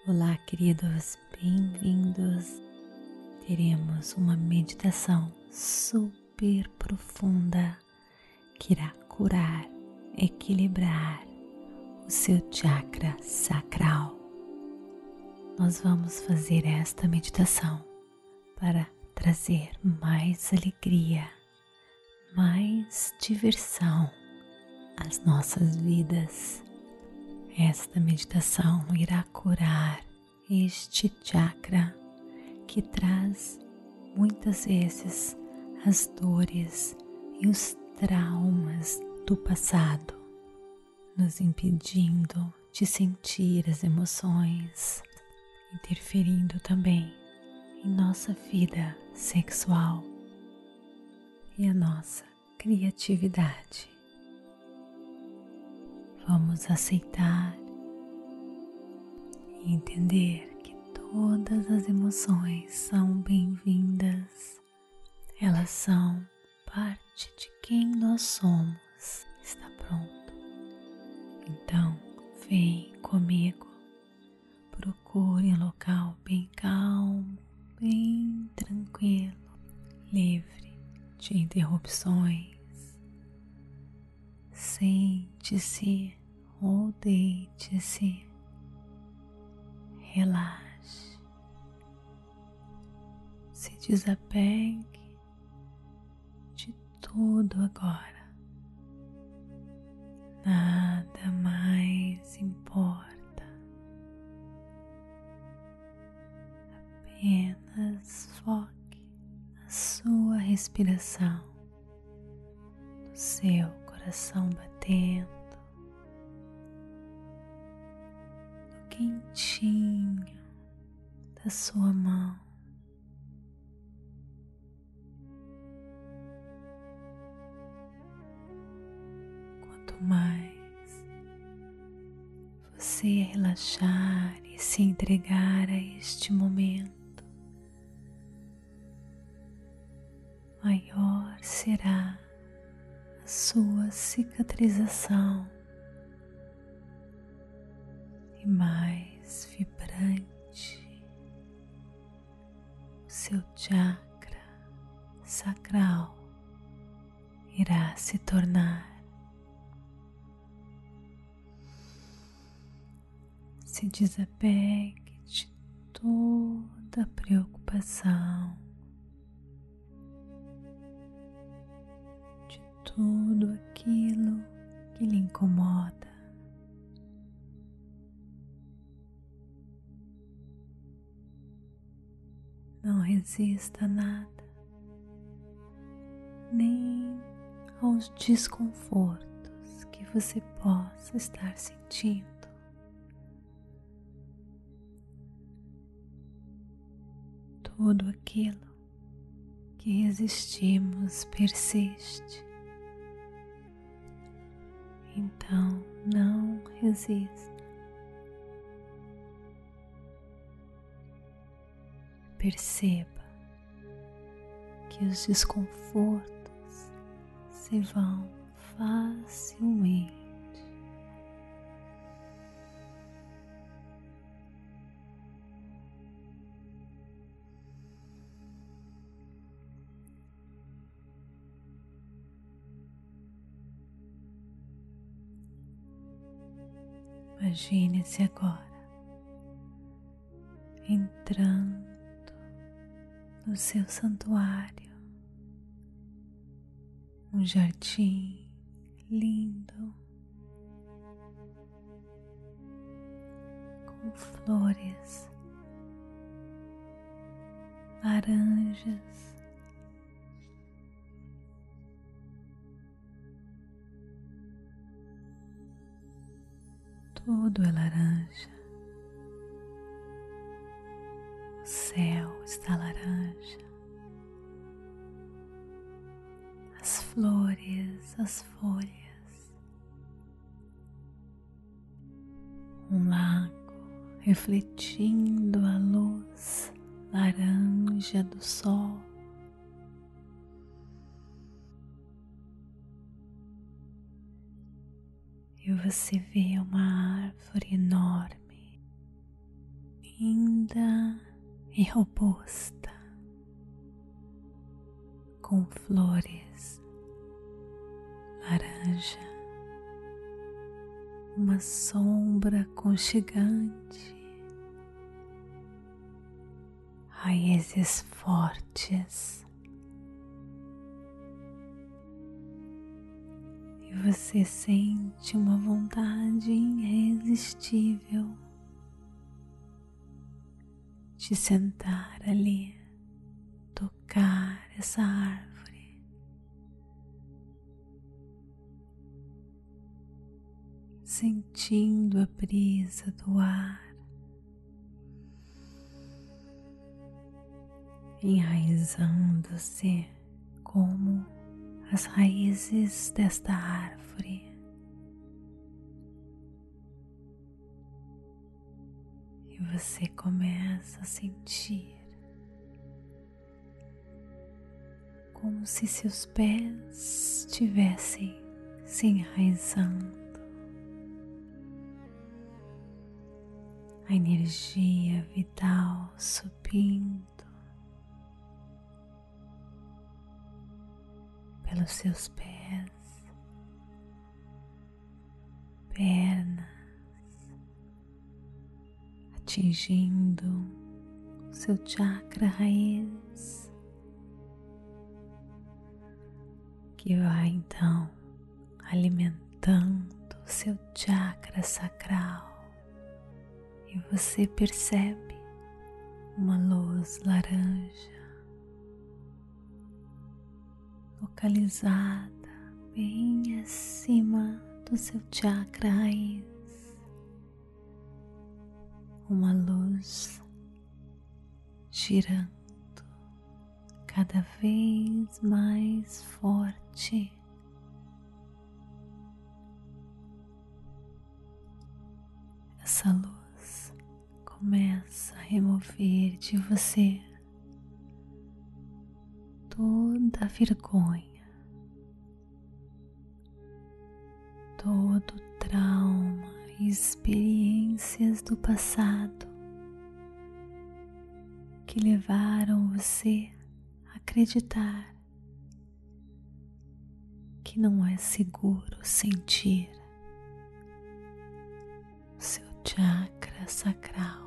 Olá, queridos, bem-vindos. Teremos uma meditação super profunda que irá curar, equilibrar o seu chakra sacral. Nós vamos fazer esta meditação para trazer mais alegria, mais diversão às nossas vidas. Esta meditação irá curar este chakra que traz muitas vezes as dores e os traumas do passado, nos impedindo de sentir as emoções, interferindo também em nossa vida sexual e a nossa criatividade. Vamos aceitar e entender que todas as emoções são bem-vindas. Elas são parte de quem nós somos. Está pronto? Então, vem comigo. Procure um local bem calmo, bem tranquilo, livre de interrupções. Sente-se ou deite-se, relaxe, se desapegue de tudo agora. Nada mais importa, apenas foque na sua respiração, no seu coração batendo, no quentinho da sua mão. Quanto mais você relaxar e se entregar a este momento, maior será a sua cicatrização e mais vibrante o seu chakra sacral irá se tornar. Se desapegue de toda preocupação, tudo aquilo que lhe incomoda. Não resista a nada, nem aos desconfortos que você possa estar sentindo. Tudo aquilo que resistimos persiste. Então não resista. Perceba que os desconfortos se vão facilmente. Imagine-se agora entrando no seu santuário, um jardim lindo, com flores, laranjas, tudo é laranja. O céu está laranja. As flores, as folhas. Um lago refletindo a luz laranja do sol. E você vê uma árvore enorme linda e robusta, com flores laranja, uma sombra aconchegante, raízes fortes, e você sente uma vontade irresistível de sentar ali, tocar essa árvore, sentindo a brisa do ar, enraizando-se como as raízes desta árvore. E você começa a sentir como se seus pés estivessem se enraizando. A energia vital subindo pelos seus pés, pernas, atingindo o seu chakra raiz, que vai então alimentando o seu chakra sacral, e você percebe uma luz laranja localizada bem acima do seu chakra raiz, uma luz girando cada vez mais forte. Essa luz começa a remover de você toda a vergonha, todo o trauma e experiências do passado que levaram você a acreditar que não é seguro sentir. O seu chakra sacral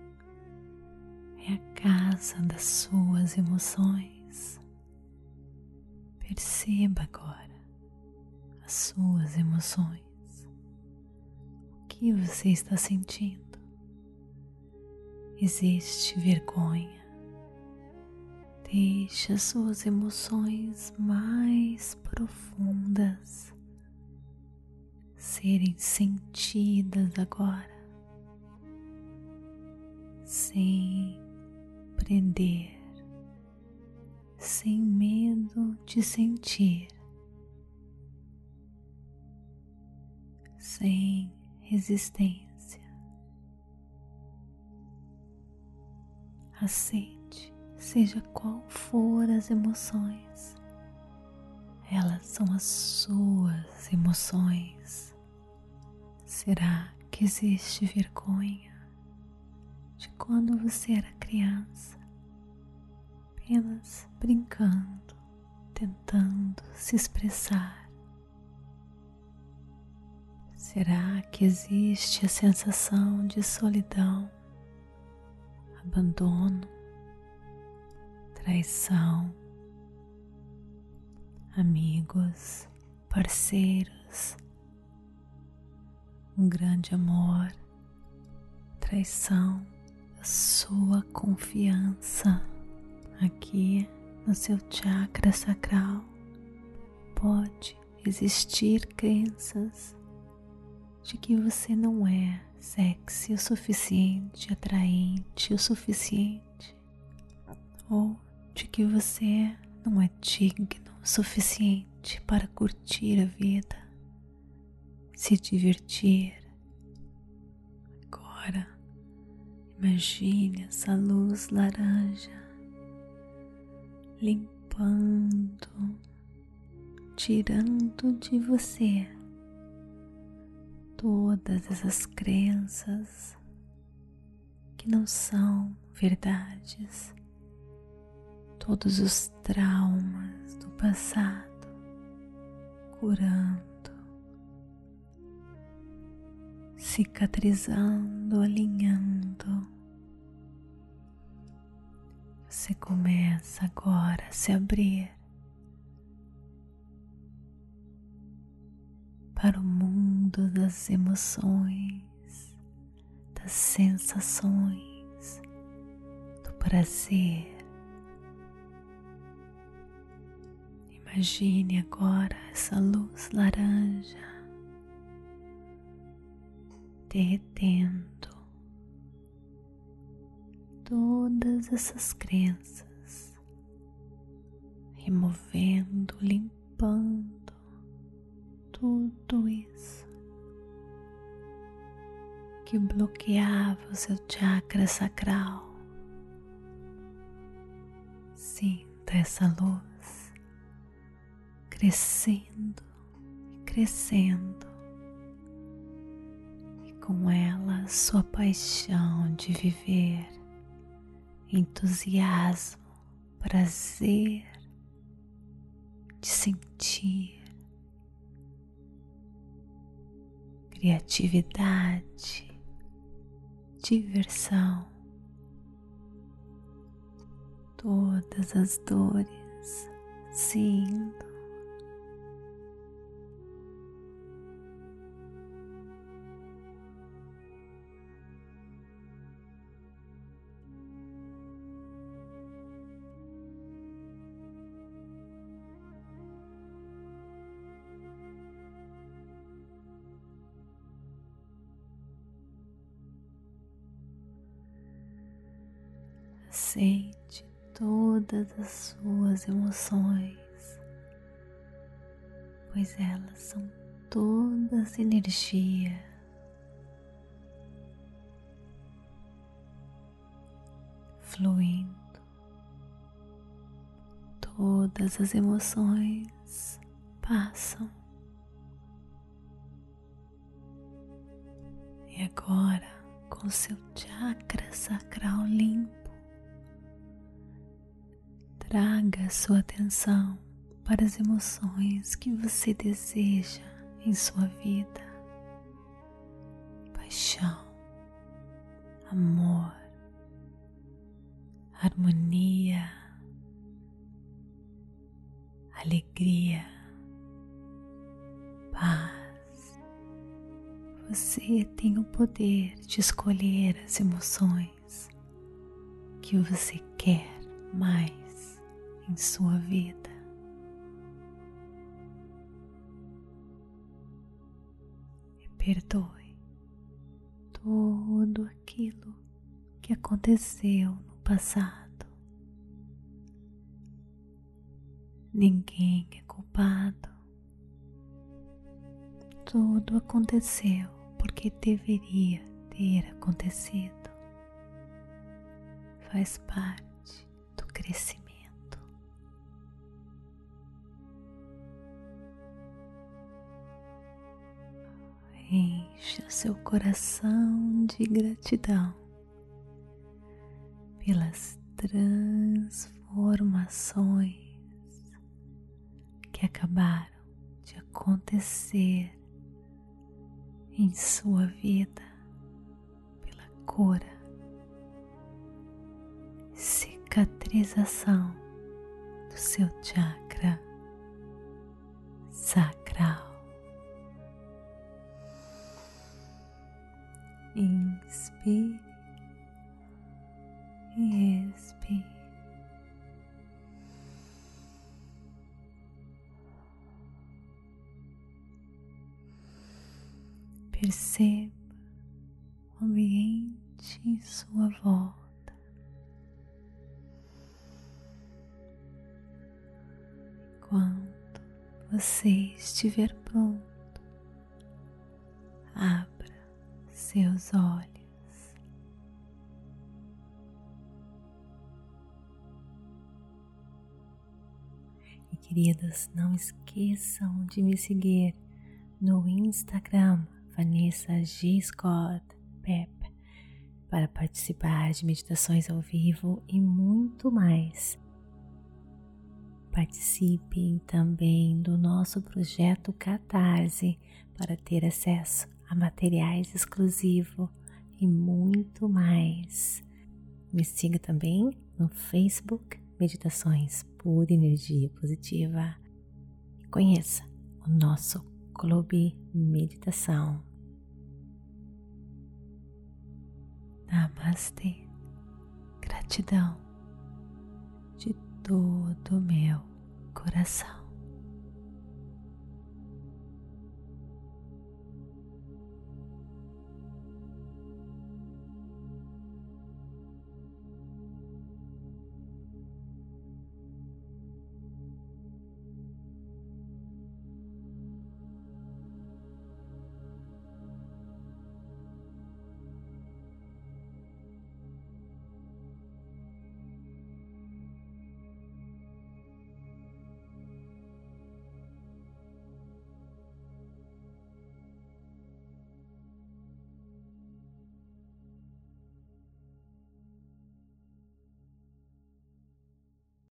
é a casa das suas emoções. Perceba agora as suas emoções. O que você está sentindo? Existe vergonha? Deixe as suas emoções mais profundas serem sentidas agora, sem prender, sem medo de sentir, sem resistência. Aceite, seja qual for as emoções, elas são as suas emoções. Será que existe vergonha de quando você era criança, apenas brincando, tentando se expressar? Será que existe a sensação de solidão, abandono, traição, amigos, parceiros, um grande amor, traição da sua confiança? Aqui no seu chakra sacral pode existir crenças de que você não é sexy o suficiente, atraente o suficiente, ou de que você não é digno o suficiente para curtir a vida, se divertir. Agora, imagine essa luz laranja limpando, tirando de você todas essas crenças que não são verdades, todos os traumas do passado, curando, cicatrizando, alinhando. Você começa agora a se abrir para o mundo das emoções, das sensações, do prazer. Imagine agora essa luz laranja derretendo todas essas crenças, removendo, limpando tudo isso que bloqueava o seu chakra sacral. Sinta essa luz crescendo e crescendo, e com ela sua paixão de viver, entusiasmo, prazer de sentir, criatividade, diversão, todas as dores se indo. Aceite todas as suas emoções, pois elas são todas energia. Fluindo, todas as emoções passam. E agora, com seu chakra sacral limpo, traga sua atenção para as emoções que você deseja em sua vida: paixão, amor, harmonia, alegria, paz. Você tem o poder de escolher as emoções que você quer mais em sua vida. E perdoe tudo aquilo que aconteceu no passado. Ninguém é culpado. Tudo aconteceu porque deveria ter acontecido. Faz parte do crescimento. Encha seu coração de gratidão pelas transformações que acabaram de acontecer em sua vida, pela cura, cicatrização do seu chakra sacral. Inspire e expire. Perceba o ambiente em sua volta. Quando você estiver pronto, abra seus olhos. E queridas, não esqueçam de me seguir no Instagram, Vanessa G. Scott Pep, para participar de meditações ao vivo e muito mais. Participem também do nosso projeto Catarse para ter acesso a materiais exclusivos e muito mais. Me siga também no Facebook Meditações por Energia Positiva. Conheça o nosso Clube Meditação. Namastê. Gratidão de todo o meu coração.